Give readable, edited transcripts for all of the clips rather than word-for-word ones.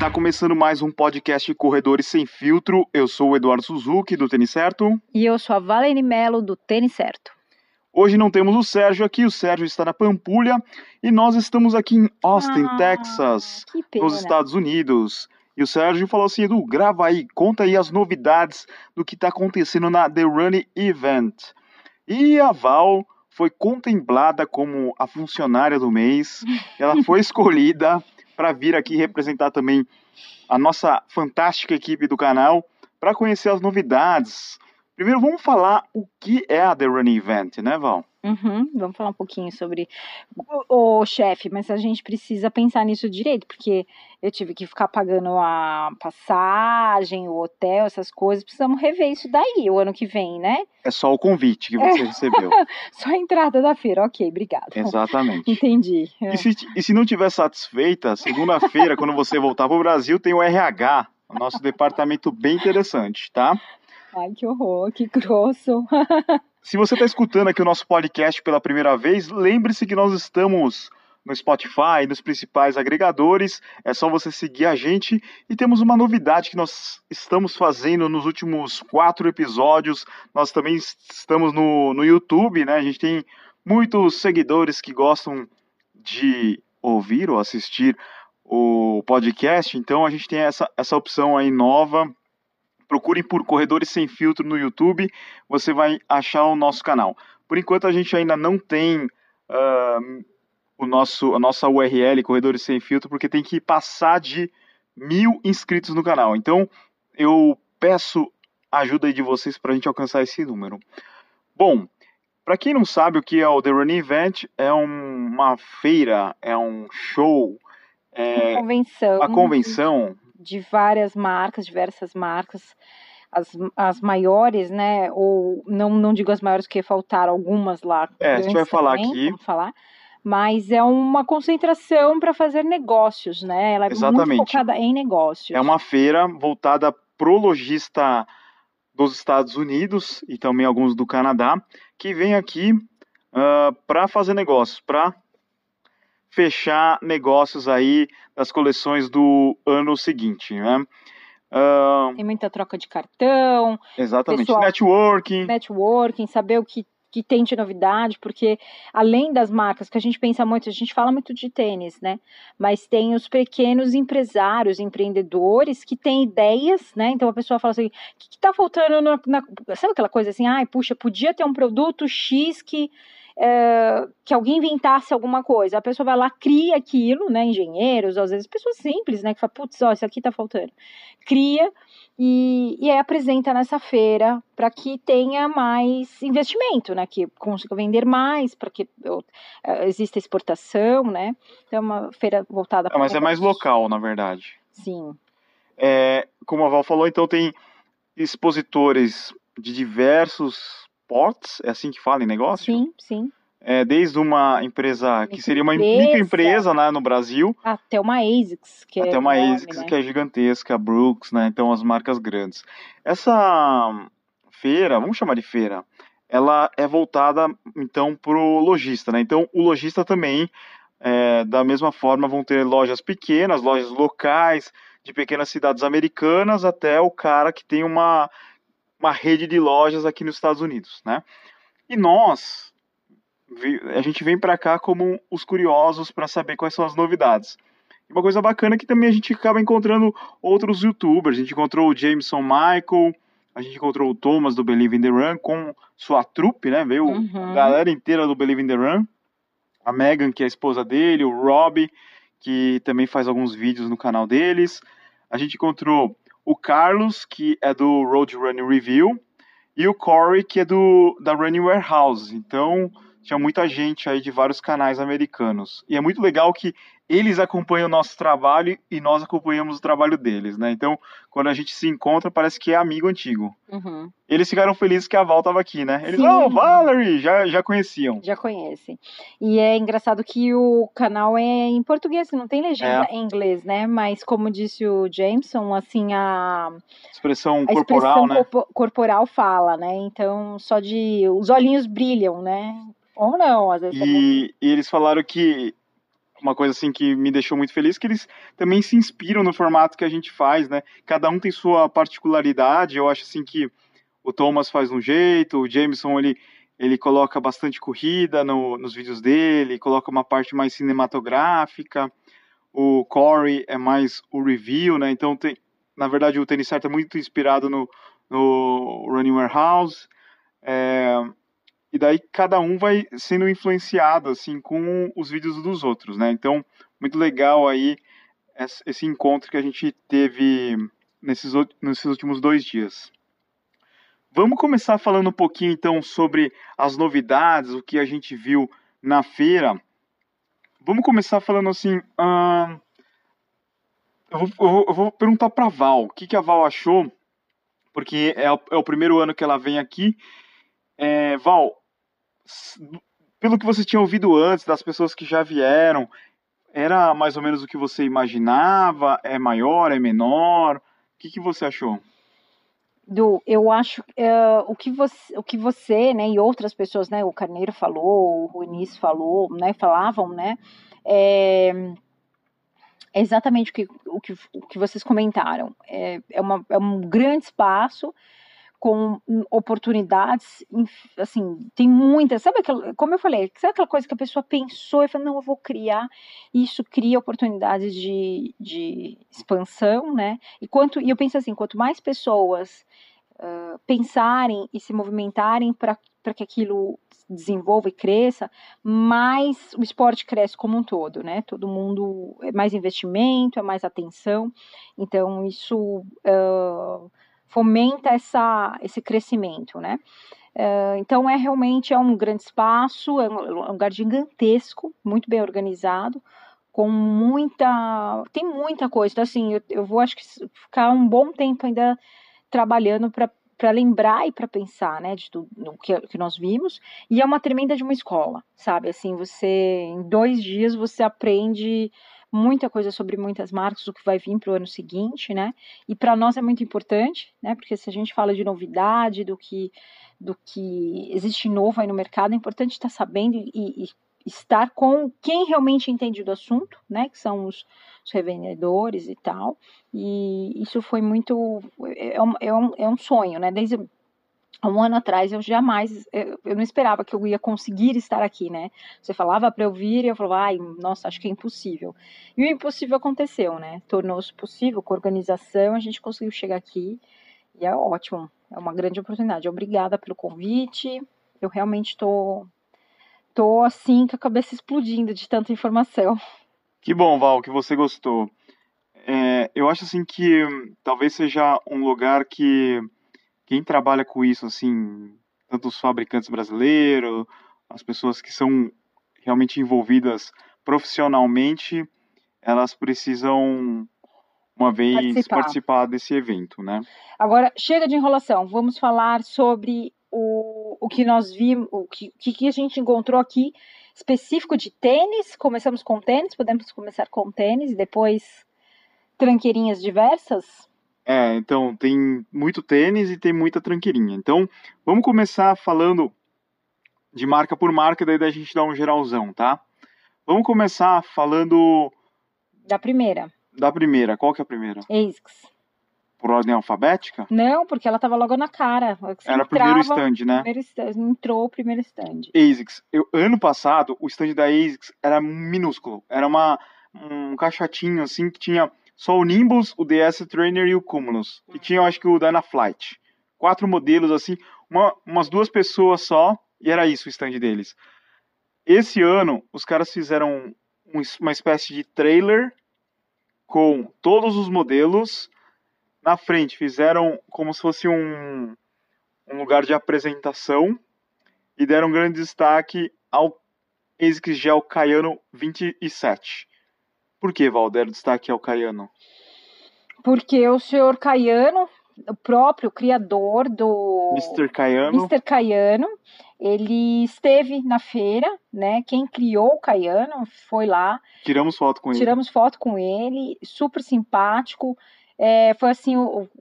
Tá começando mais um podcast Corredores Sem Filtro. Eu sou o Eduardo Suzuki, do Tênis Certo. E eu sou a Valene Melo, do Tênis Certo. Hoje não temos o Sérgio aqui, o Sérgio está na Pampulha e nós estamos aqui em Austin, Texas, Que pena. nos Estados Unidos. E o Sérgio falou assim, Edu, grava aí, conta aí as novidades do que está acontecendo na The Running Event. E a Val foi contemplada como a funcionária do mês. Ela foi escolhida para vir aqui representar também a nossa fantástica equipe do canal para conhecer as novidades. Primeiro, vamos falar o que é a The Running Event, né, Val? Vamos falar um pouquinho sobre o chefe, mas a gente precisa pensar nisso direito, porque eu tive que ficar pagando a passagem, o hotel, essas coisas. Precisamos rever isso daí o ano que vem, né? É só o convite que você recebeu. Só a entrada da feira, ok, obrigada. Exatamente. Entendi. E se não estiver satisfeita, segunda-feira, quando você voltar para o Brasil, tem o RH, o nosso departamento bem interessante, tá? Ai, que horror, que grosso. Se você está escutando aqui o nosso podcast pela primeira vez, lembre-se que nós estamos no Spotify, nos principais agregadores, é só você seguir a gente. E temos uma novidade que nós estamos fazendo nos últimos 4 episódios. Nós também estamos no YouTube, né? A gente tem muitos seguidores que gostam de ouvir ou assistir o podcast, então a gente tem essa opção aí nova. Procurem por Corredores Sem Filtro no YouTube, você vai achar o nosso canal. Por enquanto a gente ainda não tem a nossa URL, Corredores Sem Filtro, porque tem que passar de 1000 inscritos no canal. Então eu peço a ajuda aí de vocês para a gente alcançar esse número. Bom, para quem não sabe o que é o The Running Event, é uma feira, é um show, Uma convenção de várias marcas, diversas marcas, as maiores, né, ou não digo as maiores porque faltaram algumas lá. A gente vai falar também, aqui. vamos falar, mas é uma concentração para fazer negócios, né, ela é Exatamente. muito focada em negócios. É uma feira voltada pro lojista dos Estados Unidos e também alguns do Canadá, que vem aqui para fazer negócios, para fechar negócios aí das coleções do ano seguinte, né? Tem muita troca de cartão. Exatamente, pessoal, networking, saber o que tem de novidade, porque além das marcas que a gente pensa muito, a gente fala muito de tênis, né? Mas tem os pequenos empresários, empreendedores que têm ideias, né? Então a pessoa fala assim, o que tá faltando sabe aquela coisa assim, puxa, podia ter um produto X que alguém inventasse alguma coisa. A pessoa vai lá, cria aquilo, né? Engenheiros, às vezes pessoas simples, né? Que fala, putz, isso aqui tá faltando. Cria e aí apresenta nessa feira para que tenha mais investimento, né? Que consiga vender mais, para que exista exportação, né? Então é uma feira voltada para mas é mais local, na verdade. Sim. Como a Val falou, então tem expositores de diversos portes, é assim que fala em negócio? Sim, sim. Desde uma empresa que seria uma microempresa, né, no Brasil, até uma ASICS, que até uma ASICS, né? Que é gigantesca, a Brooks, né, então as marcas grandes. Essa feira, vamos chamar de feira, ela é voltada então para o lojista, né, então o lojista também, da mesma forma, vão ter lojas pequenas, lojas locais, de pequenas cidades americanas, até o cara que tem uma rede de lojas aqui nos Estados Unidos, né? E a gente vem para cá como os curiosos para saber quais são as novidades. E uma coisa bacana é que também a gente acaba encontrando outros youtubers. A gente encontrou o Jameson Michael, a gente encontrou o Thomas do Believe in the Run com sua trupe, né? Veio a galera inteira do Believe in the Run. A Megan, que é a esposa dele, o Rob, que também faz alguns vídeos no canal deles. A gente encontrou o Carlos, que é do Road Running Review, e o Corey, que é da Running Warehouse. Então, tinha muita gente aí de vários canais americanos. E é muito legal que eles acompanham o nosso trabalho e nós acompanhamos o trabalho deles, né? Então, quando a gente se encontra, parece que é amigo antigo. Eles ficaram felizes que a Val estava aqui, né? Eles, Valerie, já conheciam. Já conhecem. E é engraçado que o canal é em português, não tem legenda em inglês, né? Mas, como disse o Jameson, assim, a expressão corporal, né? Corporal fala, né? Então, os olhinhos brilham, né? Ou não, às vezes. E eles falaram que uma coisa assim que me deixou muito feliz, que eles também se inspiram no formato que a gente faz, né? Cada um tem sua particularidade. Eu acho assim que o Thomas faz de um jeito, o Jameson ele coloca bastante corrida nos vídeos dele, coloca uma parte mais cinematográfica. O Corey é mais o review, né? Então na verdade o Tênis Certo é muito inspirado no Running Warehouse. E daí cada um vai sendo influenciado assim com os vídeos dos outros, né? Então, muito legal aí esse encontro que a gente teve nesses últimos 2 dias. Vamos começar falando um pouquinho então sobre as novidades, o que a gente viu na feira. Vamos começar falando assim. Eu vou perguntar para a Val, o que a Val achou, porque é o primeiro ano que ela vem aqui. Val, pelo que você tinha ouvido antes, das pessoas que já vieram, era mais ou menos o que você imaginava? É maior, é menor? O que você achou? Eu acho o que você, né, e outras pessoas, né, o Carneiro falou, o Ruinis falou, né, falavam, né, é exatamente o que vocês comentaram. É um grande espaço com oportunidades, assim, tem muitas, sabe como eu falei, sabe aquela coisa que a pessoa pensou e falou, não, eu vou criar, e isso cria oportunidades de expansão, né, e eu penso assim, quanto mais pessoas pensarem e se movimentarem para que aquilo desenvolva e cresça, mais o esporte cresce como um todo, né? Todo mundo, é mais investimento, é mais atenção, então isso fomenta esse crescimento, né? Então realmente um grande espaço, é um lugar gigantesco, muito bem organizado, tem muita coisa, então assim, eu vou acho que ficar um bom tempo ainda trabalhando para lembrar e para pensar, né, de tudo que nós vimos, e é uma tremenda de uma escola, sabe, assim, em 2 dias você aprende muita coisa sobre muitas marcas, o que vai vir para o ano seguinte, né, e para nós é muito importante, né, porque se a gente fala de novidade, do que existe novo aí no mercado, é importante estar sabendo e estar com quem realmente entende do assunto, né, que são os revendedores e tal, e isso foi muito, é um sonho, né, desde um ano atrás eu não esperava que eu ia conseguir estar aqui, né, você falava para eu vir e eu falava, ai, nossa, acho que é impossível, e o impossível aconteceu, né, tornou-se possível, com organização a gente conseguiu chegar aqui, e é ótimo, é uma grande oportunidade, obrigada pelo convite, eu realmente tô assim com a cabeça explodindo de tanta informação. Que bom, Val, que você gostou. Eu acho assim que talvez seja um lugar que quem trabalha com isso, assim, tanto os fabricantes brasileiros, as pessoas que são realmente envolvidas profissionalmente, elas precisam uma vez participar desse evento, né? Agora, chega de enrolação, vamos falar sobre o que nós vimos, o que a gente encontrou aqui específico de tênis. Começamos com tênis, podemos começar com tênis, depois tranqueirinhas diversas? Então tem muito tênis e tem muita tranqueirinha. Então, vamos começar falando de marca por marca, daí a gente dá um geralzão, tá? Vamos começar falando da primeira. Qual que é a primeira? ASICS. Por ordem alfabética? Não, porque ela tava logo na cara. Era o primeiro stand, né? Entrou o primeiro stand. ASICS. Ano passado, o stand da ASICS era minúsculo. Era um caixotinho, assim, que tinha só o Nimbus, o DS Trainer e o Cumulus. E tinha, eu acho que o Dynaflight. 4 modelos, assim, umas 2 pessoas só, e era isso o stand deles. Esse ano, os caras fizeram uma espécie de trailer com todos os modelos na frente. Fizeram como se fosse um lugar de apresentação e deram um grande destaque ao ASICS Gel Kayano 27. Por que, Val, deram destaque ao Kayano? Porque o senhor Kayano, o próprio criador do Mr. Kayano, ele esteve na feira, né? Quem criou o Kayano foi lá. Tiramos foto com ele, super simpático. Foi assim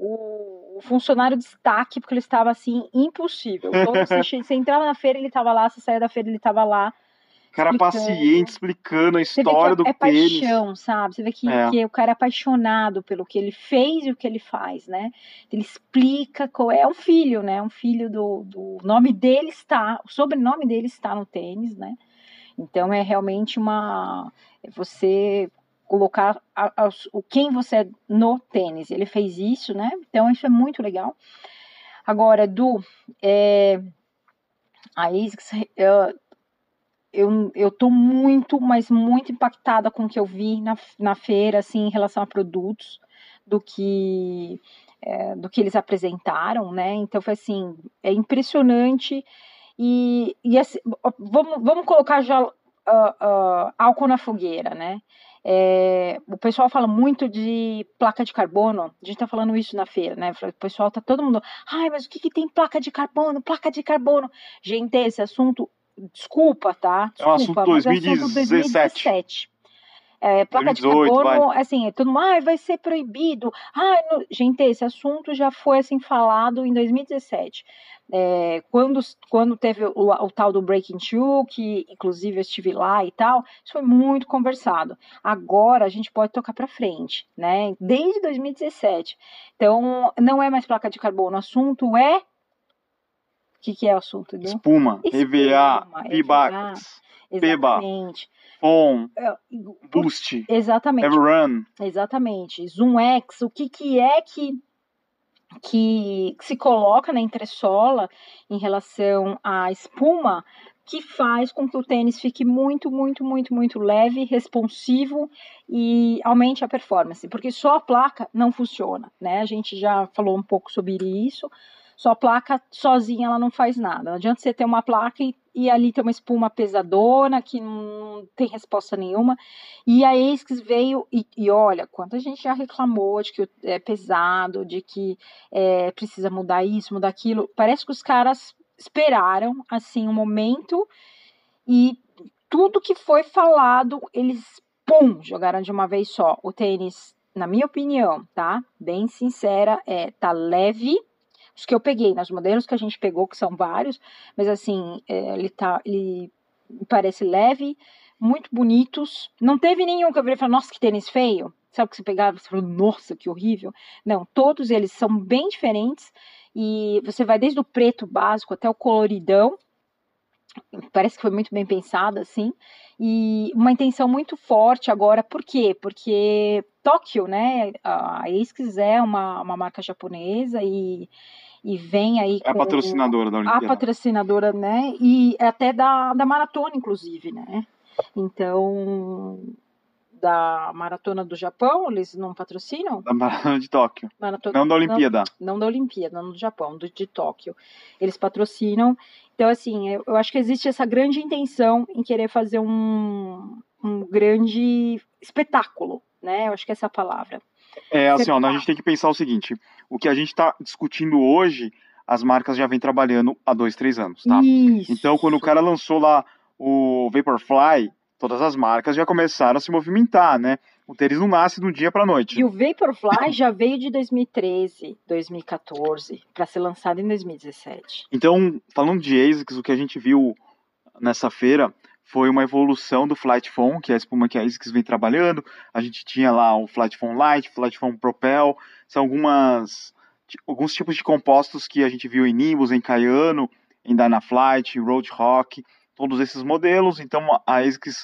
o funcionário destaque, porque ele estava assim impossível. Você entrava na feira, ele estava lá, você saía da feira, ele estava lá. Cara paciente, explicando a Você vê história do que é tênis. paixão, sabe? Você vê que o cara é apaixonado pelo que ele fez e o que ele faz, né? Ele explica qual é um filho, né? Um filho do nome dele está, o sobrenome dele está no tênis, né? Então é realmente você colocar o quem você é no tênis. Ele fez isso, né? Então isso é muito legal. Agora, a ASICS, eu tô muito, mas muito impactada com o que eu vi na feira, assim, em relação a produtos, do que eles apresentaram, né? Então foi assim, é impressionante e assim, vamos colocar já álcool na fogueira, né? O pessoal fala muito de placa de carbono, a gente tá falando isso na feira, né? O pessoal tá todo mundo, ai, mas o que tem placa de carbono? Placa de carbono. Gente, esse assunto, desculpa, tá? É um assunto Desculpa, mas é assunto 2017. 2017. Placa de 2018, carbono, vai. assim, todo mundo, vai ser proibido. Gente, esse assunto já foi, assim, falado em 2017. Quando teve o tal do Breaking Two, que inclusive eu estive lá e tal, isso foi muito conversado. Agora a gente pode tocar para frente, né? Desde 2017. Então, não é mais placa de carbono, o assunto é... O que é o assunto? Espuma, EVA, Pibax, Peba, exatamente. FOM, Boost, exatamente. Everrun. Exatamente. Zoom X, o que é que se coloca na entressola em relação à espuma que faz com que o tênis fique muito, muito, muito, muito leve, responsivo e aumente a performance, porque só a placa não funciona, né? A gente já falou um pouco sobre isso. Só a placa sozinha ela não faz nada. Não adianta você ter uma placa e ali ter uma espuma pesadona que não tem resposta nenhuma. E a ASICS veio e olha, quanta gente já reclamou de que é pesado, de que precisa mudar isso, mudar aquilo. Parece que os caras esperaram assim um momento e tudo que foi falado eles jogaram de uma vez só. O tênis, na minha opinião, tá? Bem sincera, tá leve. Os que eu peguei, nos modelos que a gente pegou, que são vários, mas assim, ele parece leve, muito bonitos. Não teve nenhum que eu virei e falei, nossa, que tênis feio. Sabe o que você pegava e você falou, nossa, que horrível. Não, todos eles são bem diferentes e você vai desde o preto básico até o coloridão. Parece que foi muito bem pensado, assim, e uma intenção muito forte agora, por quê? Porque Tóquio, né, a ASICS é uma marca japonesa e vem aí a patrocinadora da Olimpíada. A patrocinadora, né, e até da maratona, inclusive, né, então... Da Maratona do Japão, eles não patrocinam? Da Maratona de Tóquio. Não da Olimpíada. Não da Olimpíada, não do Japão, de Tóquio. Eles patrocinam. Então, assim, eu acho que existe essa grande intenção em querer fazer um grande espetáculo, né? Eu acho que essa é a palavra. Assim, a gente tem que pensar o seguinte, o que a gente está discutindo hoje, as marcas já vêm trabalhando há 2, 3 anos, tá? Isso. Então, quando o cara lançou lá o Vaporfly, todas as marcas já começaram a se movimentar, né? O tênis não nasce de um dia para a noite. E o Vaporfly já veio de 2013, 2014, para ser lançado em 2017. Então, falando de ASICS, o que a gente viu nessa feira foi uma evolução do Flight Foam, que é a espuma que a ASICS vem trabalhando. A gente tinha lá o Flight Foam Light, Flight Foam Propel, são alguns tipos de compostos que a gente viu em Nimbus, em Kayano, em Dynaflight, Road Rock, todos esses modelos. Então a ASICS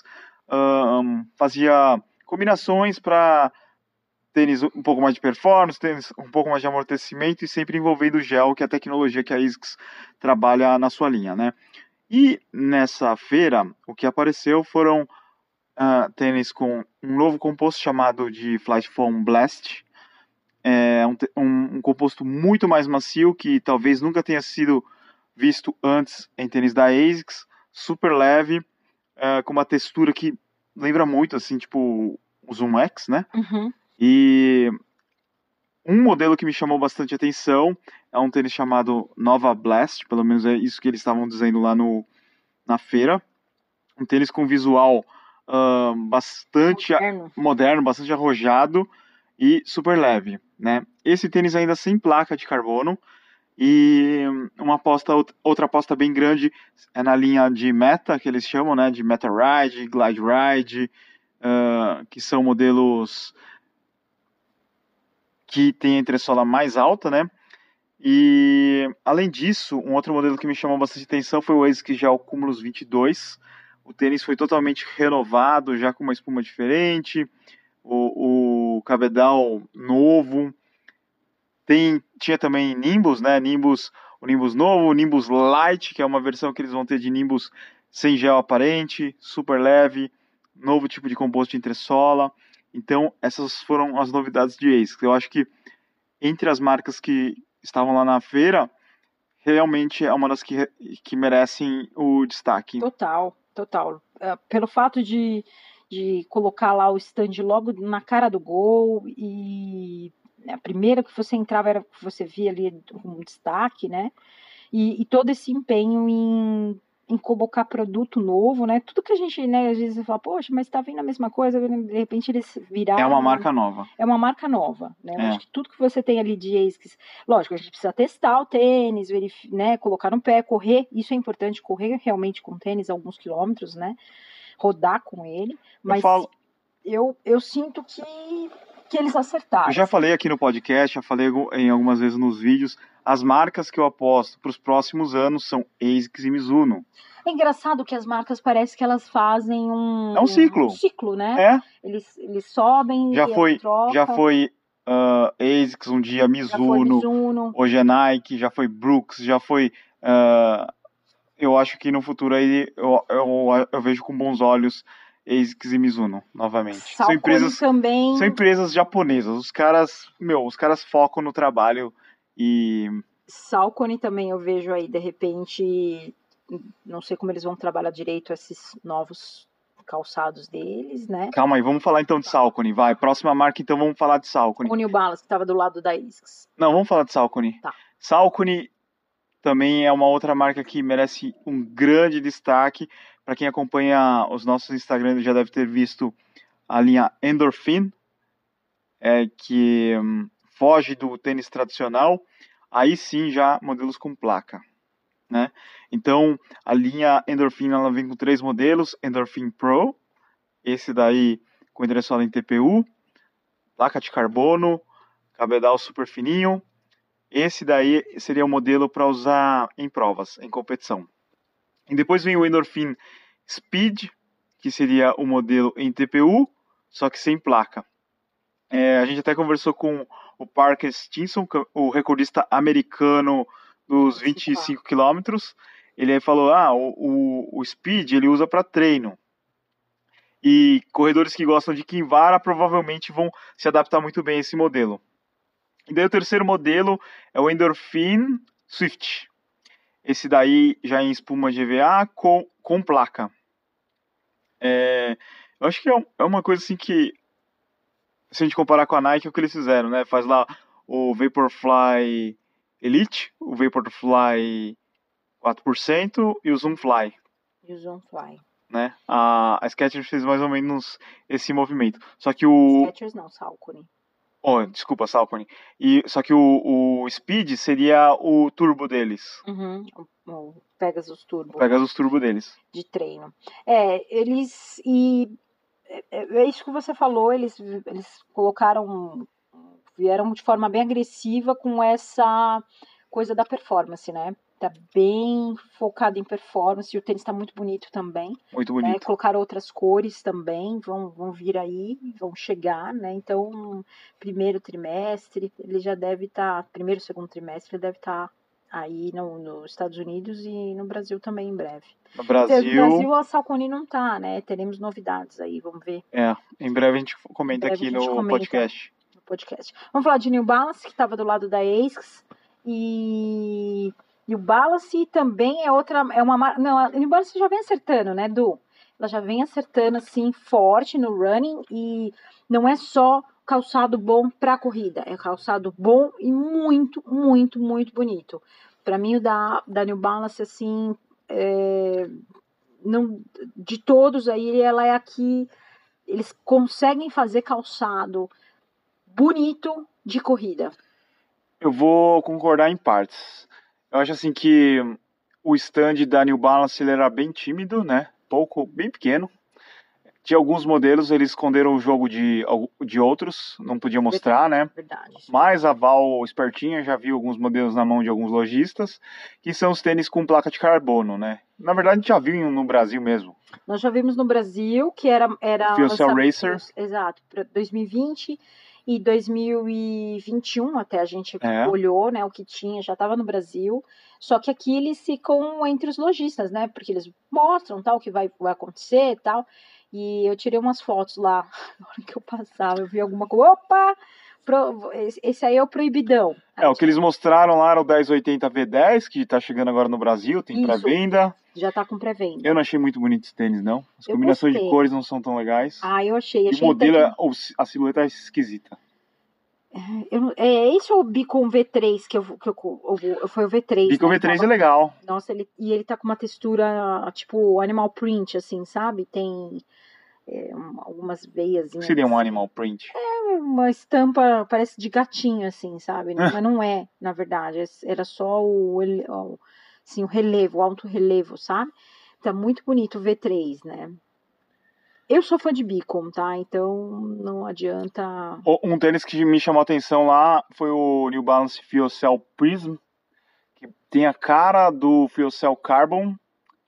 fazia combinações para tênis um pouco mais de performance, tênis um pouco mais de amortecimento e sempre envolvendo gel, que é a tecnologia que a ASICS trabalha na sua linha, né? E nessa feira, o que apareceu foram tênis com um novo composto chamado de Flight Foam Blast. É um composto muito mais macio, que talvez nunca tenha sido visto antes em tênis da ASICS, super leve, com uma textura que lembra muito, assim, tipo o Zoom X, né? Uhum. E um modelo que me chamou bastante atenção é um tênis chamado Nova Blast, pelo menos é isso que eles estavam dizendo lá na feira. Um tênis com visual bastante moderno, bastante arrojado e super leve, né? Esse tênis ainda sem placa de carbono, E outra aposta bem grande é na linha de meta, que eles chamam, né, de Meta Ride, Glide Ride, que são modelos que têm a entressola mais alta, né? E, além disso, um outro modelo que me chamou bastante atenção foi o ASICS Gel Cumulus 22. O tênis foi totalmente renovado, já com uma espuma diferente, o cabedal novo. Tinha também Nimbus, né? O Nimbus novo, o Nimbus Light, que é uma versão que eles vão ter de Nimbus sem gel aparente, super leve, novo tipo de composto de entressola. Então, essas foram as novidades de ASICS. Eu acho que entre as marcas que estavam lá na feira, realmente é uma das que merecem o destaque. Total. Pelo fato de colocar lá o stand logo na cara do gol e a primeira que você entrava era que você via ali um destaque, né? E todo esse empenho em colocar produto novo, né? Tudo que a gente, né, às vezes fala, poxa, mas tá vindo a mesma coisa, de repente eles viraram... É uma marca nova. É uma marca nova, né? Eu acho que tudo que você tem ali de ASICS, lógico, a gente precisa testar o tênis, né, colocar no pé, correr, isso é importante, correr realmente com o tênis alguns quilômetros, né? Rodar com ele, mas eu sinto que eles acertaram. Eu já falei aqui no podcast, já falei em algumas vezes nos vídeos, as marcas que eu aposto para os próximos anos são ASICS e Mizuno. É engraçado que as marcas parece que elas fazem um ciclo. Um ciclo, né? Eles sobem já e foi, troca. Já foi ASICS, um dia Mizuno, hoje é Nike, já foi Brooks, já foi... eu acho que no futuro aí eu vejo com bons olhos ASICS e Mizuno, novamente. São empresas japonesas. Os caras focam no trabalho e... Saucony também eu vejo aí, de repente, não sei como eles vão trabalhar direito esses novos calçados deles, né? Calma aí, vamos falar então de Saucony, vai. Próxima marca, então vamos falar de Saucony. O New Balance, que estava do lado da ASICS. Não, vamos falar de Saucony. Tá. Saucony também é uma outra marca que merece um grande destaque. Para quem acompanha os nossos Instagrams já deve ter visto a linha Endorphin, que foge do tênis tradicional. Aí sim já modelos com placa, né? Então a linha Endorphin ela vem com 3 modelos: Endorphin Pro, esse daí com entressola em TPU, placa de carbono, cabedal super fininho. Esse daí seria o modelo para usar em provas, em competição. E depois vem o Endorphin Speed, que seria o modelo em TPU, só que sem placa. A gente até conversou com o Parker Stinson, o recordista americano dos 25 quilômetros. Ele falou, o Speed ele usa para treino. E corredores que gostam de Kinvara provavelmente vão se adaptar muito bem a esse modelo. E daí o terceiro modelo é o Endorphin Swift. Esse daí já em espuma GVA com placa. Eu acho que é uma coisa assim que, se a gente comparar com a Nike, é o que eles fizeram, né? Faz lá o Vaporfly Elite, o Vaporfly 4% e o Zoomfly. Né? A Skechers fez mais ou menos esse movimento. Só que Skechers não, Saucony. Desculpa, Saucony. Só que o Speed seria o turbo deles. O Pegasus Turbo. O Pegasus Turbo deles. De treino. Eles... É isso que você falou, eles vieram de forma bem agressiva com essa coisa da performance, né? Tá bem focado em performance, e o tênis tá muito bonito também. Muito bonito. Né? Colocaram outras cores também, vão vir aí, vão chegar, né? Então, primeiro trimestre, ele já deve estar, segundo trimestre, ele deve estar aí nos Estados Unidos e no Brasil também em breve. No Brasil a Saucony não tá, né? Teremos novidades aí, vamos ver. Em breve a gente comenta aqui no podcast. Vamos falar de New Balance, que estava do lado da ASICS, e o Balance também é uma marca... Não, a New Balance já vem acertando, né, Du? Ela já vem acertando, assim, forte no running, e não é só calçado bom para corrida, é calçado bom e muito, muito, muito bonito. Para mim, o da New Balance, assim, não, de todos aí, ela é aqui... Eles conseguem fazer calçado bonito de corrida. Eu vou concordar em partes. Eu acho assim que o stand da New Balance ele era bem tímido, né? Bem pequeno. Tinha alguns modelos, eles esconderam o jogo de outros, não podia mostrar, né? Verdade. Mas a Val espertinha já viu alguns modelos na mão de alguns lojistas, que são os tênis com placa de carbono, né? Na verdade, a gente já viu no Brasil mesmo. Nós já vimos no Brasil, que era Fuel Racer. Exato, para 2020 e 2021 até a gente olhou, né, o que tinha, já estava no Brasil. Só que aqui eles ficam entre os lojistas, né? Porque eles mostram tal o que vai acontecer e tal. E eu tirei umas fotos lá, na hora que eu passava, eu vi alguma coisa, opa, esse aí é o proibidão. O que eles mostraram lá era o 1080 V10, que tá chegando agora no Brasil, tem pré-venda. Já tá com pré-venda. Eu não achei muito bonito esse tênis, não. As combinações de cores não são tão legais. Eu achei. E o modelo, a silhueta é esquisita. Esse é o Beacon V3 foi o V3. Beacon V3 é legal. Nossa, ele tá com uma textura tipo animal print, assim, sabe? Tem algumas veias. O que seria um animal print? Uma estampa, parece de gatinho, assim, sabe? Mas não é, na verdade. Era só o relevo, o alto relevo, sabe? Tá muito bonito o V3, né? Eu sou fã de Beacon, tá? Então não adianta. Um tênis que me chamou a atenção lá foi o New Balance FuelCell Prism, que tem a cara do FuelCell Carbon.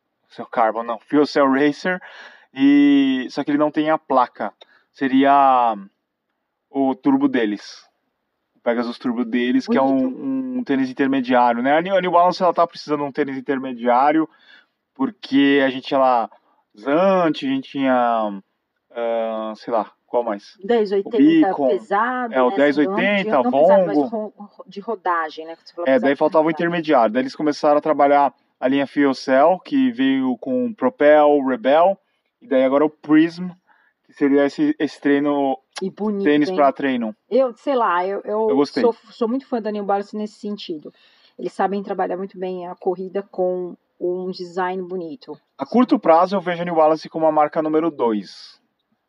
FuelCell Racer. Só que ele não tem a placa. Seria o turbo deles. O Pegasus Turbo deles, bonito. Que é um tênis intermediário, né? A New Balance ela tá precisando de um tênis intermediário, porque a gente tinha lá Zante, a gente tinha, sei lá, qual mais? 1080 pesado, o 1080, Vongo. De rodagem, né? Daí faltava o intermediário. Daí eles começaram a trabalhar a linha FuelCell, que veio com Propel, Rebel, e daí agora o Prism, que seria esse treino, bonito, tênis para treino. Eu gostei. Sou muito fã da New Balance nesse sentido. Eles sabem trabalhar muito bem a corrida com um design bonito. A curto prazo eu vejo a New Balance como a marca número 2.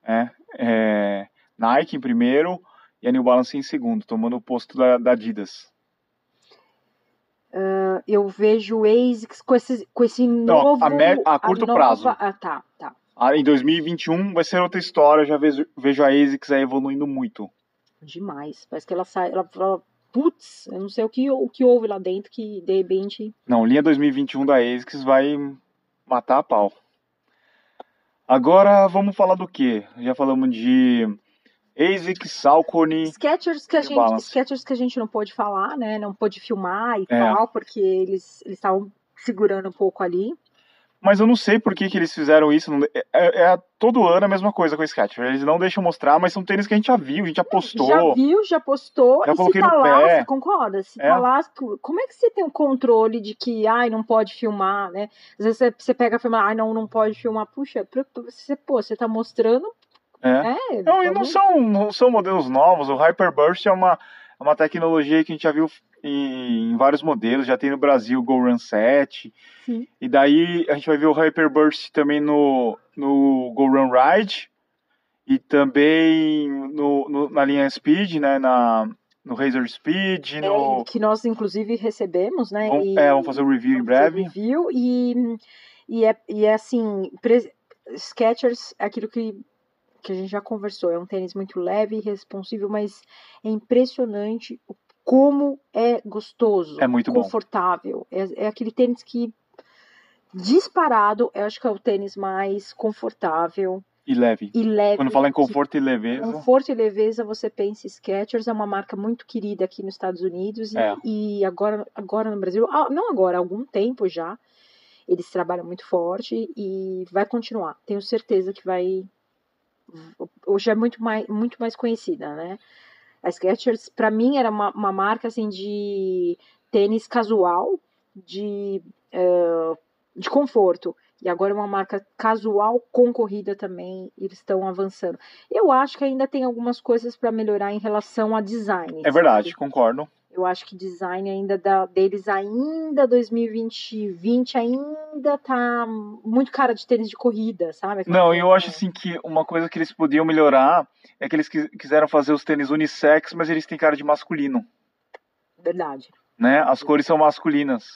Nike em primeiro e a New Balance em segundo, tomando o posto da Adidas. Eu vejo o ASICS com esse novo... A curto prazo. Tá. Em 2021 vai ser outra história, já vejo a ASICS aí evoluindo muito. Demais. Parece que ela fala, putz, eu não sei o que houve lá dentro que de repente... Não, linha 2021 da ASICS vai matar a pau. Agora vamos falar do quê? Já falamos de ASICS, Saucony, Skechers que a gente não pôde falar, né? Não pôde filmar e tal, porque eles estavam segurando um pouco ali. Mas eu não sei por que eles fizeram isso. Todo ano a mesma coisa com o Skechers. Eles não deixam mostrar, mas são tênis que a gente já viu, a gente já postou. Já postou. Já e coloquei se tá no lá, pé. você concorda? Se tá lá, como é que você tem um controle de que, não pode filmar, né? Às vezes você pega a filmar, não pode filmar. Puxa, você tá mostrando. Não são modelos novos. O Hyperburst é uma tecnologia que a gente já viu em vários modelos, já tem no Brasil o Go Run 7. Sim. E daí a gente vai ver o Hyperburst também no Go Run Ride e também na linha Speed, né, no Razor Speed. Que nós inclusive recebemos, né? Vamos fazer o review em breve. E é assim, Skechers é aquilo que a gente já conversou, é um tênis muito leve e responsível, mas é impressionante como é gostoso, muito confortável. É aquele tênis que, disparado, eu acho que é o tênis mais confortável. E leve. Quando fala em conforto e leveza. Conforto e leveza, você pensa em Skechers, é uma marca muito querida aqui nos Estados Unidos e agora no Brasil, não agora, há algum tempo já, eles trabalham muito forte e vai continuar. Tenho certeza que vai... Hoje é muito mais conhecida, né? A Skechers, para mim, era uma marca assim, de tênis casual, de conforto. E agora é uma marca casual com corrida também. Eles estão avançando. Eu acho que ainda tem algumas coisas para melhorar em relação a design. É verdade, concordo. Eu acho que design deles ainda 2020 ainda tá muito cara de tênis de corrida, sabe? Não, eu acho assim que uma coisa que eles podiam melhorar é que eles quiseram fazer os tênis unissex, mas eles têm cara de masculino. Verdade. Né? As cores são masculinas.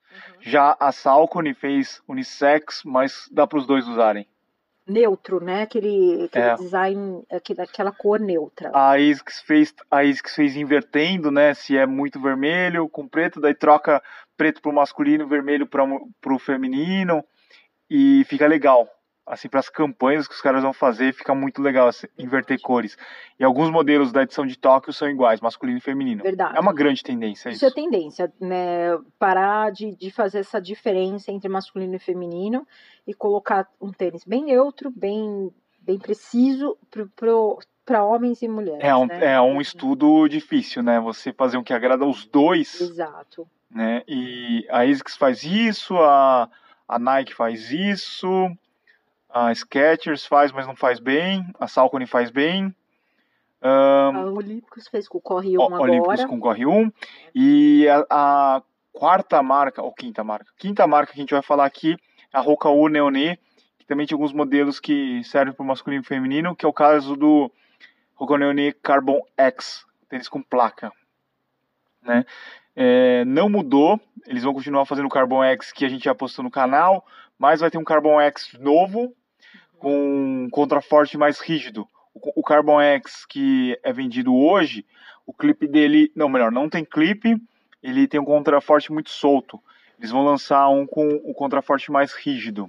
Já a Saucony fez unissex, mas dá para os dois usarem. Neutro, né? Aquele design, aquela cor neutra. A ASICS fez invertendo, né? Se é muito vermelho com preto, daí troca preto pro masculino, vermelho pro feminino, e fica legal. Assim, para as campanhas que os caras vão fazer, fica muito legal assim, inverter cores. E alguns modelos da edição de Tóquio são iguais, masculino e feminino. Verdade. É uma grande tendência isso. Isso é tendência, né? Parar de fazer essa diferença entre masculino e feminino e colocar um tênis bem neutro, bem preciso para homens e mulheres. É um estudo difícil, né? Você fazer um que agrada os dois. Exato. Né? E a ASICS faz isso, a Nike faz isso, a Skechers faz, mas não faz bem, a Saucony faz bem. A Olímpicos fez com o Corre 1 agora. Olímpicos com Corre 1. E a quinta marca que a gente vai falar aqui, a Hoka O Neoné, que também tem alguns modelos que servem para o masculino e feminino, que é o caso do Hoka Neoné Carbon X, tênis com placa. Né? Não mudou, eles vão continuar fazendo o Carbon X que a gente já postou no canal, mas vai ter um Carbon X novo, com um contraforte mais rígido. O Carbon X que é vendido hoje, o clipe dele, não tem clipe, ele tem um contraforte muito solto. Eles vão lançar um com o contraforte mais rígido.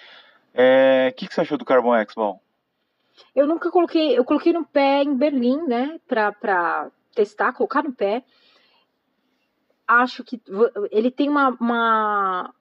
O que você achou do Carbon X, Val? Eu nunca coloquei, eu coloquei no pé em Berlim, né, pra testar, colocar no pé. Acho que ele tem uma...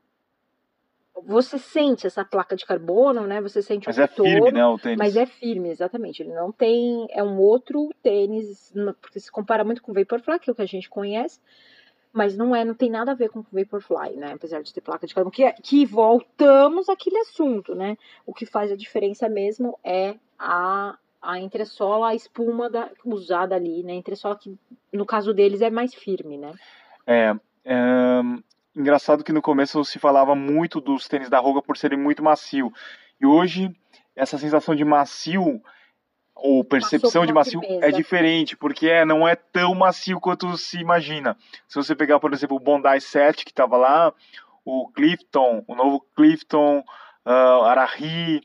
Você sente essa placa de carbono, né? Você sente mas o retorno, firme, né, o tênis? Mas é firme, exatamente. Ele não tem... É um outro tênis, porque se compara muito com o Vaporfly, que é o que a gente conhece, mas não tem nada a ver com o Vaporfly, né? Apesar de ter placa de carbono. Que voltamos àquele assunto, né? O que faz a diferença mesmo é a entressola, a espuma usada ali, né? A entressola que, no caso deles, é mais firme, né? Engraçado que no começo se falava muito dos tênis da Hoka por serem muito macio. E hoje, essa sensação de macio, ou percepção de macio, é diferente, porque não é tão macio quanto se imagina. Se você pegar, por exemplo, o Bondi 7, que estava lá, o Clifton, o novo Clifton, Arahi,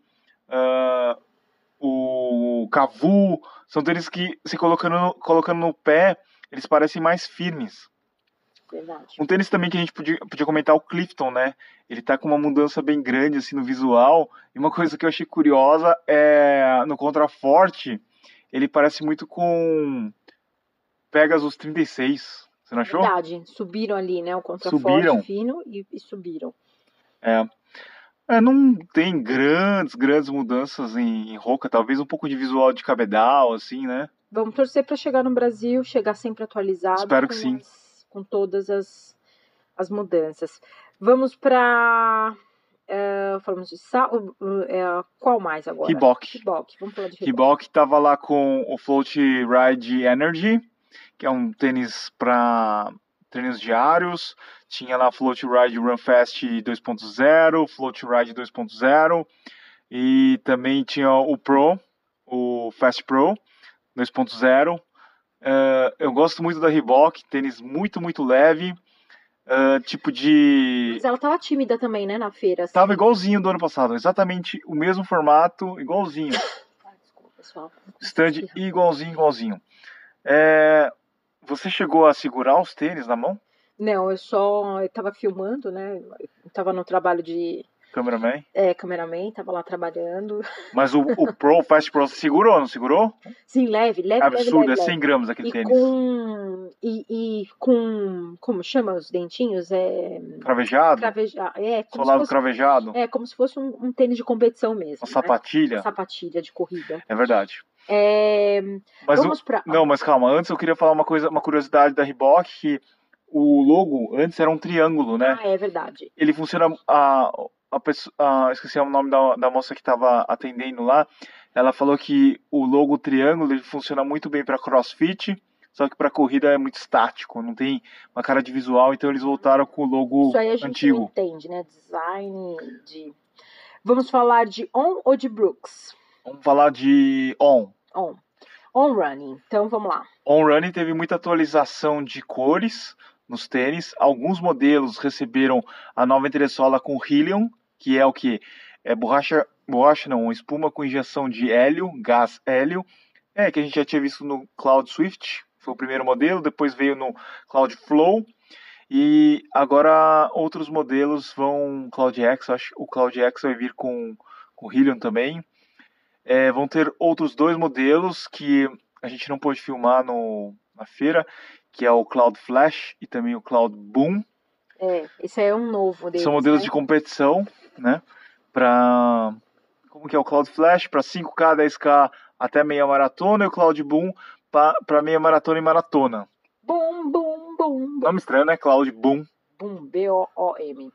o Cavu, são tênis que, se colocando no pé, eles parecem mais firmes. Verdade. Um tênis também que a gente podia comentar, o Clifton, né? Ele tá com uma mudança bem grande, assim, no visual. E uma coisa que eu achei curiosa é, no contraforte, ele parece muito com Pegasus 36. Você não achou? Verdade. Subiram ali, né? O contraforte fino e subiram. Não tem grandes mudanças em Hoka. Talvez um pouco de visual de cabedal, assim, né? Vamos torcer para chegar no Brasil, chegar sempre atualizado. Espero que sim. Com todas as mudanças. Vamos para... falamos de qual mais agora? Reebok. Vamos falar de Reebok. Reebok estava lá com o Float Ride Energy, que é um tênis para treinos diários. Tinha lá Float Ride Run Fast 2.0, Float Ride 2.0. E também tinha o Pro, o Fast Pro 2.0. Eu gosto muito da Reebok, tênis muito, muito leve, tipo de... Mas ela tava tímida também, né, na feira. Assim. Tava igualzinho do ano passado, exatamente o mesmo formato, igualzinho. Desculpa, pessoal. Stand igualzinho. Você chegou a segurar os tênis na mão? Não, eu tava filmando, né, eu tava no trabalho de... Cameraman? Cameraman, tava lá trabalhando. Mas o Pro, Fast Pro, você segurou, não segurou? Sim, leve. Absurdo, leve. 100 gramas aquele tênis. Com, como chama os dentinhos? Cravejado? Solado cravejado? Como se fosse um tênis de competição mesmo. Uma sapatilha? Uma sapatilha de corrida. É verdade. Mas calma, antes eu queria falar uma curiosidade da Reebok, que o logo antes era um triângulo, né? É verdade. Ele funciona... esqueci o nome da moça que estava atendendo lá. Ela falou que o logo triângulo ele funciona muito bem para CrossFit, só que para corrida é muito estático, não tem uma cara de visual, então eles voltaram com o logo isso aí a gente antigo. Não entende, né? Design de... Vamos falar de On ou de Brooks? Vamos falar de On. On Running, então vamos lá. On Running teve muita atualização de cores, nos tênis. Alguns modelos receberam a nova entressola com Helium, que é o que? É borracha não, espuma com injeção de hélio, gás hélio, que a gente já tinha visto no Cloud Swift, foi o primeiro modelo, depois veio no Cloud Flow, e agora outros modelos vão, Cloud X, acho o Cloud X vai vir com Helium também. Vão ter outros 2 modelos que a gente não pôde filmar na feira, que é o Cloud Flash e também o Cloud Boom. Esse é um novo deles, são modelos, né? de competição, né? Como que é o Cloud Flash? Para 5K, 10K até meia maratona, e o Cloud Boom para meia maratona e maratona. Boom, boom, boom. Nome estranho, né? Cloud Boom. Boom, B-O-O-M.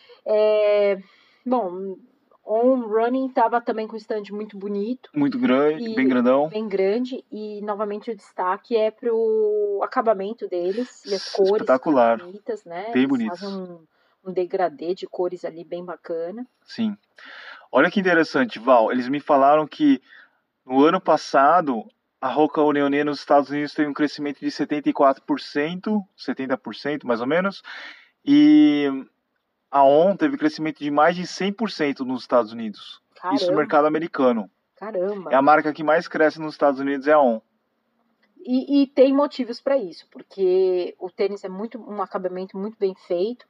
Bom, On Running estava também com um stand muito bonito. Muito grande, bem grandão. Bem grande, e novamente o destaque é pro acabamento deles e as cores. Espetacular. Bonitas, né? Bem Eles bonitos. fazem um degradê de cores ali bem bacana. Sim. Olha que interessante, Val. Eles me falaram que no ano passado a Roca One nos Estados Unidos teve um crescimento de 74%, 70% mais ou menos, e a On teve crescimento de mais de 100% nos Estados Unidos. Caramba. Isso no mercado americano. Caramba. É a marca que mais cresce nos Estados Unidos, é a On. E tem motivos para isso, porque o tênis é um acabamento muito bem feito.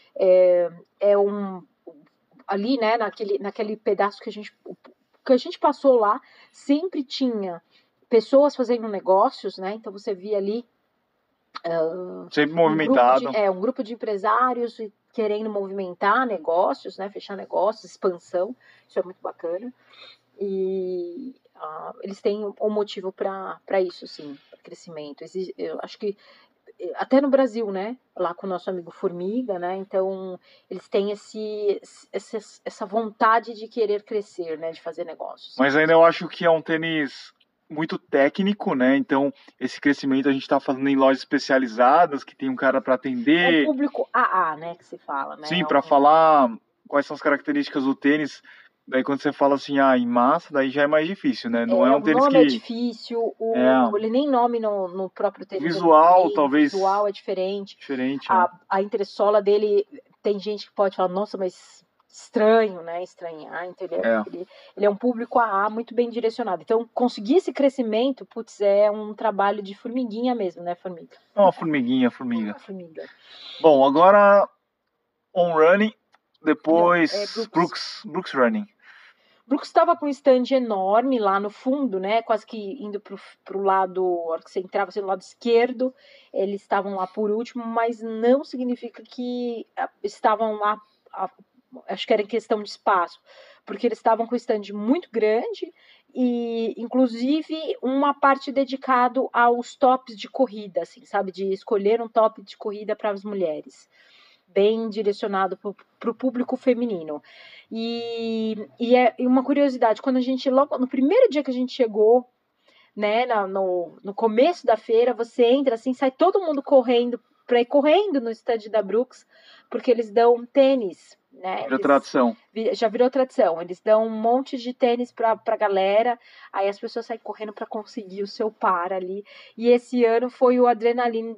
Ali, né, naquele pedaço que a gente passou lá, sempre tinha pessoas fazendo negócios, né? Então você via ali sempre movimentado. Um grupo de empresários querendo movimentar negócios, né? Fechar negócios, expansão. Isso é muito bacana. E eles têm um motivo para isso, sim, para crescimento. Eu acho que até no Brasil, né? Lá com o nosso amigo Formiga, né? Então, eles têm essa vontade de querer crescer, né? De fazer negócios. Mas ainda eu acho que é um tênis muito técnico, né? Então, esse crescimento a gente está falando em lojas especializadas, que tem um cara para atender. É o público AA, né? Que se fala, né? Sim, para falar quais são as características do tênis. Daí quando você fala assim, em massa, daí já é mais difícil, né? Não é um tênis que... O nome é difícil, ele nem nome no próprio tênis. Visual, talvez... O visual é diferente. Diferente, a entressola dele, tem gente que pode falar, nossa, mas estranho, né? Estranhar, então ele é um público AA muito bem direcionado. Então, conseguir esse crescimento, putz, é um trabalho de formiguinha mesmo, né, Formiga? Formiga. Bom, agora On Running, depois Brooks Running. Brooks estava com um stand enorme lá no fundo, né? Quase que indo pro lado, a hora que você entrava, assim, do lado esquerdo, eles estavam lá por último, mas não significa que estavam lá, acho que era em questão de espaço, porque eles estavam com um stand muito grande e, inclusive, uma parte dedicado aos tops de corrida, assim, sabe? De escolher um top de corrida para as mulheres. Bem direcionado para o público feminino. E uma curiosidade, quando a gente, logo no primeiro dia que a gente chegou, né, no começo da feira, você entra assim, sai todo mundo correndo, para ir correndo no stand da Brooks, porque eles dão tênis, né? Já virou tradição. Eles dão um monte de tênis para a galera, aí as pessoas saem correndo para conseguir o seu par ali. E esse ano foi o Adrenaline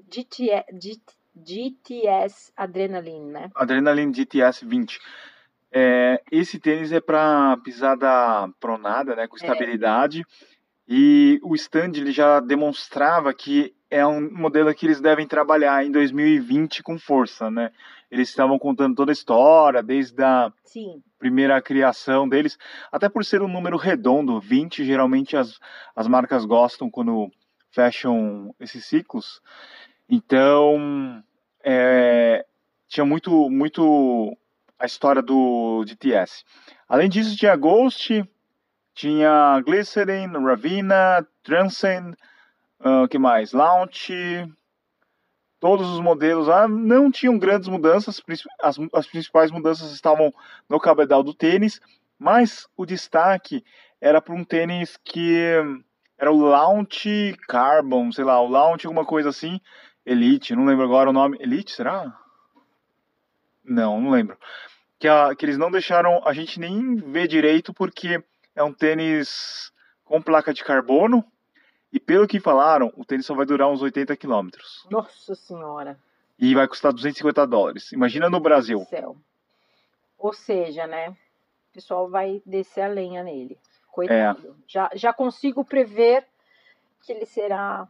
GTS Adrenaline, né? Adrenaline GTS 20. Esse tênis é para pisada pronada, né, com estabilidade. E o stand ele já demonstrava que é um modelo que eles devem trabalhar em 2020 com força, né? Eles estavam contando toda a história, desde a primeira criação deles, até por ser um número redondo, 20, geralmente as marcas gostam quando fecham esses ciclos. Então, tinha muito a história do GTS. Além disso, tinha Ghost, tinha Glycerin, Ravina, Transcend, que mais? Launch. Todos os modelos lá não tinham grandes mudanças, as principais mudanças estavam no cabedal do tênis, mas o destaque era para um tênis que era o Launch Carbon, sei lá, o Launch alguma coisa assim, Elite, não lembro agora o nome. Elite, será? Não lembro. Que eles não deixaram a gente nem ver direito, porque é um tênis com placa de carbono. E pelo que falaram, o tênis só vai durar uns 80 km. Nossa Senhora! E vai custar $250. Imagina no Brasil. Céu. Ou seja, né? O pessoal vai descer a lenha nele. Coitado. Já consigo prever que ele será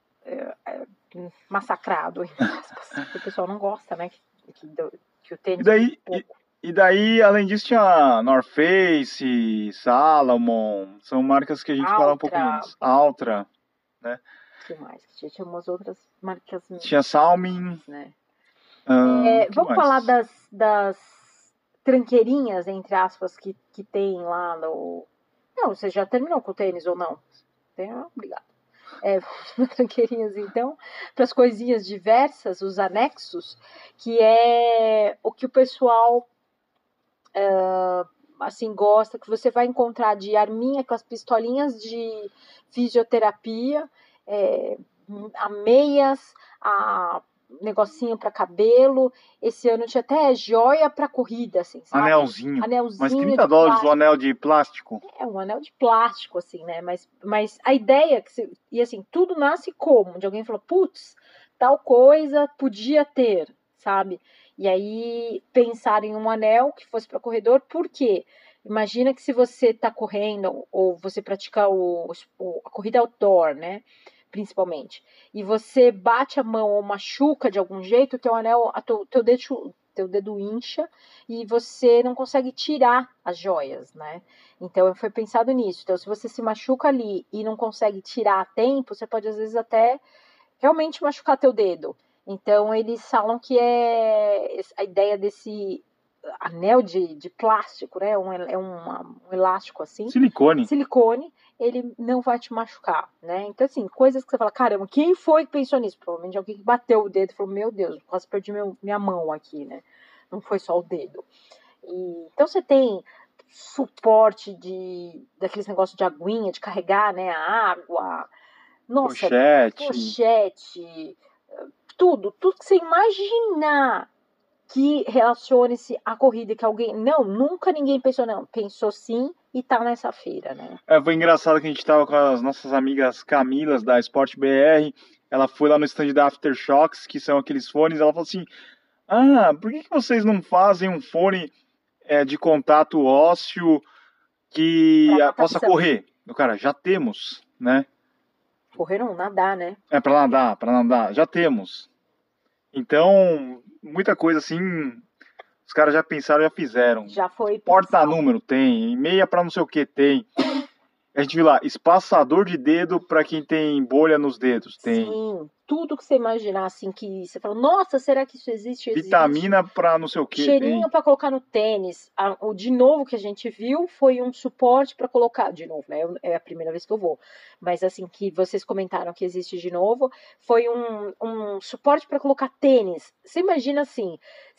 massacrado. Porque o pessoal não gosta, né? Que o tênis E daí, além disso, tinha North Face, Salomon, são marcas que a gente fala um pouco menos. Altra, né? O que mais? Tinha umas outras marcas. Tinha Salmin. Né? Vamos falar das tranqueirinhas, entre aspas, que tem lá no... Não, você já terminou com o tênis ou não? Obrigada. Tranqueirinhas, então, para as coisinhas diversas, os anexos, que é o que o pessoal assim gosta, que você vai encontrar de arminha com as pistolinhas de fisioterapia, a meias, a negocinho para cabelo. Esse ano tinha até joia para corrida, assim, sabe? Anelzinho. Mas $30 o anel de plástico. Um anel de plástico, assim, né? Mas a ideia é que e assim, tudo nasce como? De alguém falou, putz, tal coisa podia ter, sabe? E aí pensar em um anel que fosse para corredor, por quê? Imagina que se você está correndo ou você pratica a corrida outdoor, né? Principalmente, e você bate a mão ou machuca de algum jeito, o teu anel, teu dedo incha e você não consegue tirar as joias, né? Então foi pensado nisso. Então, se você se machuca ali e não consegue tirar a tempo, você pode às vezes até realmente machucar teu dedo. Então eles falam que a ideia desse anel de plástico, né? Um elástico assim. Silicone, ele não vai te machucar, né? Então, assim, coisas que você fala, caramba, quem foi que pensou nisso? Provavelmente alguém que bateu o dedo e falou, meu Deus, quase perdi minha mão aqui, né? Não foi só o dedo. Então, você tem suporte daqueles negócios de aguinha, de carregar, né? A água, nossa, pochete, tudo que você imaginar que relacione-se à corrida, que alguém... Não, nunca ninguém pensou, não. Pensou sim e tá nessa feira, né? Foi engraçado que a gente tava com as nossas amigas Camilas, da Sport BR. Ela foi lá no stand da Aftershocks, que são aqueles fones. Ela falou assim, por que vocês não fazem um fone de contato ósseo que possa correr? O cara, já temos, né? Correr não, nadar, né? Pra nadar, já temos. Então, muita coisa assim, os caras já pensaram, já fizeram. Já foi. Porta-número tem, meia pra não sei o que tem. A gente viu lá, espaçador de dedo pra quem tem bolha nos dedos, tem. Sim, tudo que você imaginar, assim, que você fala, nossa, será que isso existe? Vitamina pra não sei o que. Cheirinho pra colocar no tênis. O de novo que a gente viu foi um suporte pra colocar, de novo, né? É a primeira vez que eu vou. Mas assim, que vocês comentaram que existe de novo, foi um suporte pra colocar tênis. Você imagina assim,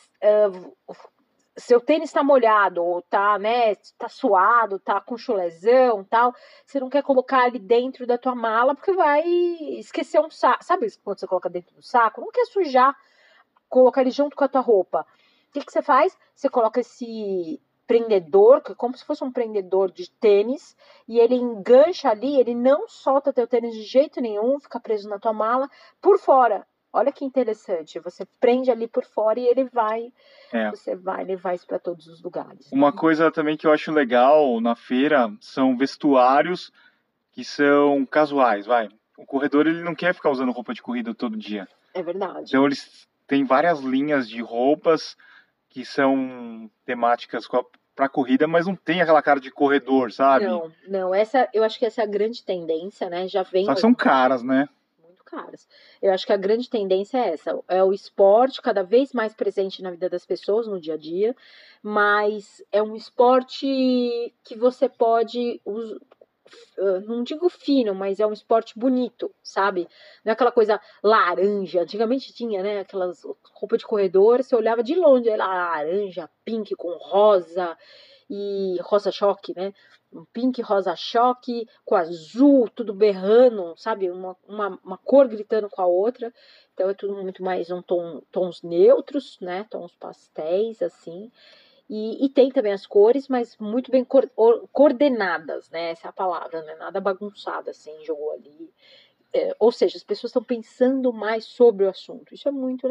seu tênis está molhado, ou tá, né, tá suado, tá com chulezão, tal, você não quer colocar ali dentro da tua mala, porque vai esquecer um saco, sabe quando você coloca dentro do saco? Não quer sujar, colocar ele junto com a tua roupa. O que você faz? Você coloca esse prendedor, que é como se fosse um prendedor de tênis, e ele engancha ali, ele não solta teu tênis de jeito nenhum, fica preso na tua mala, por fora. Olha que interessante, você prende ali por fora e ele vai, você vai levar isso para todos os lugares. Uma coisa também que eu acho legal na feira são vestuários que são casuais, vai. O corredor, ele não quer ficar usando roupa de corrida todo dia. É verdade. Então eles têm várias linhas de roupas que são temáticas para corrida, mas não tem aquela cara de corredor, sabe? Não, eu acho que essa é a grande tendência, né? Já vem. Só que são caras, né? Caras. Eu acho que a grande tendência é essa, é o esporte cada vez mais presente na vida das pessoas no dia a dia, mas é um esporte que você pode, não digo fino, mas é um esporte bonito, sabe? Não é aquela coisa laranja, antigamente tinha, né, aquelas roupas de corredor, você olhava de longe, era laranja, pink com rosa e rosa choque, né? Um pink rosa choque com azul, tudo berrando, sabe? Uma cor gritando com a outra. Então é tudo muito mais tons neutros, né? Tons pastéis, assim. E tem também as cores, mas muito bem coordenadas, né? Essa é a palavra, né? Nada bagunçado, assim, jogou ali. Ou seja, as pessoas estão pensando mais sobre o assunto. Isso é muito legal.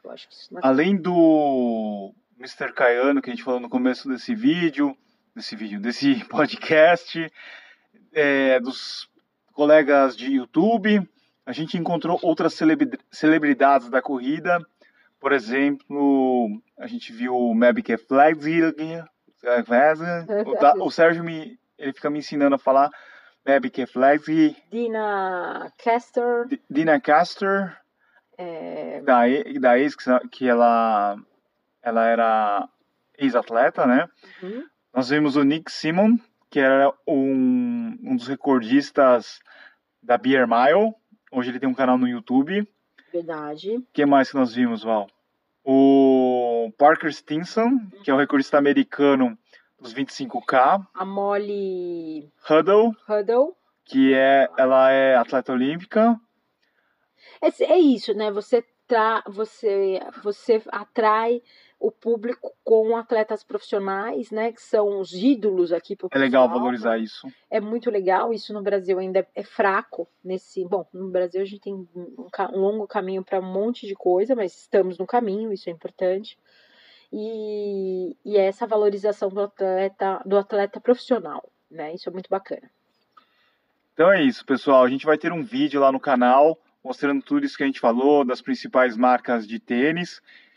Eu acho que isso Além do Mr. Caiano, que a gente falou no começo desse desse podcast, dos colegas de YouTube, a gente encontrou outras celebridades da corrida. Por exemplo, a gente viu o Mebke Flagsig, o Sérgio ele fica me ensinando a falar Mebke Flagsig, Dina Castor, da ex, que ela era ex-atleta, né? Uhum. Nós vimos o Nick Simon, que era um dos recordistas da Beer Mile. Hoje ele tem um canal no YouTube. Verdade. O que mais que nós vimos, Val? O Parker Stinson, que é o recordista americano dos 25K. A Molly Huddle, que ela é atleta olímpica. É isso, né? Você atrai o público com atletas profissionais, né? Que são os ídolos aqui pro pessoal. É legal valorizar isso. É muito legal. Isso no Brasil ainda é fraco. Bom, no Brasil a gente tem um longo caminho para um monte de coisa, mas estamos no caminho, isso é importante. E essa valorização do atleta profissional, né? Isso é muito bacana. Então é isso, pessoal. A gente vai ter um vídeo lá no canal mostrando tudo isso que a gente falou, das principais marcas de tênis.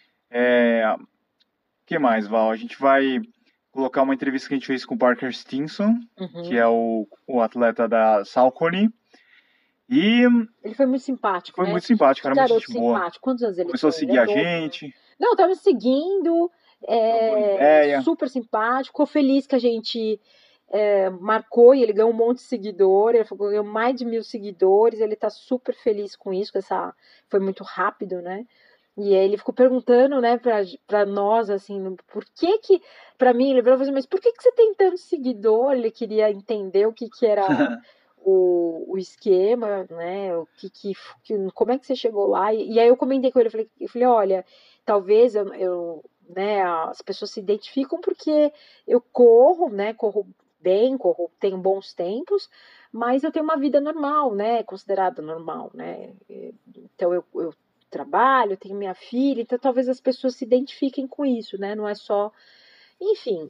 O que mais, Val? A gente vai colocar uma entrevista que a gente fez com o Parker Stinson, que é o atleta da Saucony. E ele foi muito simpático, Foi muito simpático, era muito gente boa. Simpático. Quantos anos ele Começou a seguir a gente. Não, tava me seguindo. Super simpático. Ficou feliz que a gente marcou e ele ganhou um monte de seguidor. Ele ganhou mais de 1.000 seguidores. Ele tá super feliz com isso. Foi muito rápido, né? E aí ele ficou perguntando, né, pra nós, assim, por que pra mim, ele falou assim, mas por que você tem tanto seguidor? Ele queria entender o que era o esquema, né, como é que você chegou lá? E aí eu comentei com ele, eu falei, olha, talvez né, as pessoas se identificam porque eu corro, né, corro bem, tenho bons tempos, mas eu tenho uma vida normal, né, considerada normal, né, então eu trabalho, tenho minha filha, então talvez as pessoas se identifiquem com isso, né? Não é só... Enfim,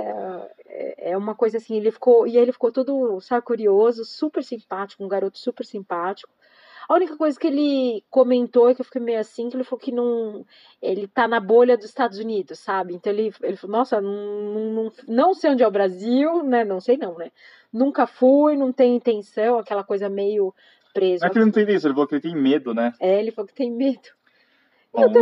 é uma coisa assim, ele ficou todo, sabe, curioso, super simpático, um garoto super simpático. A única coisa que ele comentou é que eu fiquei meio assim, que ele falou que ele tá na bolha dos Estados Unidos, sabe? Então ele falou, nossa, não sei onde é o Brasil, né? Não sei não, né? Nunca fui, não tenho intenção, aquela coisa meio... preso. Não é que ele não tem isso, ele falou que ele tem medo, né? Ele falou que tem medo. Bom, eu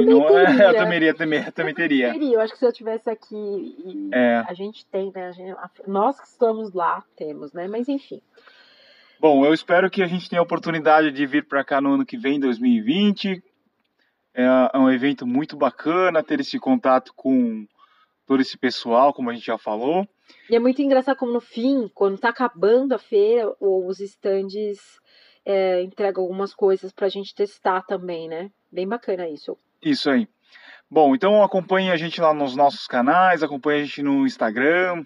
também teria. Eu acho que se eu estivesse aqui, a gente tem, né? Nós que estamos lá, temos, né? Mas enfim. Bom, eu espero que a gente tenha a oportunidade de vir para cá no ano que vem, 2020. É um evento muito bacana ter esse contato com todo esse pessoal, como a gente já falou. E é muito engraçado como no fim, quando tá acabando a feira, os estandes entregam algumas coisas pra gente testar também, né? Bem bacana isso. Isso aí. Bom, então acompanhe a gente lá nos nossos canais, acompanhe a gente no Instagram,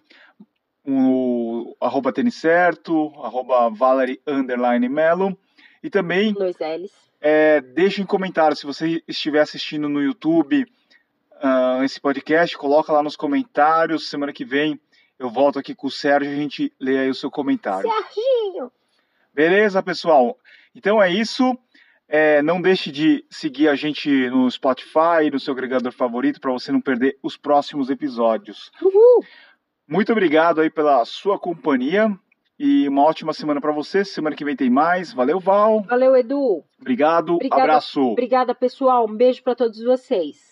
no @têniscerto, @Valerie_Melo. E também 2 L's. Deixe em comentários, se você estiver assistindo no YouTube esse podcast, coloca lá nos comentários. Semana que vem eu volto aqui com o Sérgio e a gente lê aí o seu comentário. Serginho! Beleza, pessoal? Então é isso. Não deixe de seguir a gente no Spotify, no seu agregador favorito, para você não perder os próximos episódios. Uhul! Muito obrigado aí pela sua companhia e uma ótima semana para você. Semana que vem tem mais. Valeu, Val. Valeu, Edu. Obrigado. Abraço. Obrigada, pessoal. Um beijo para todos vocês.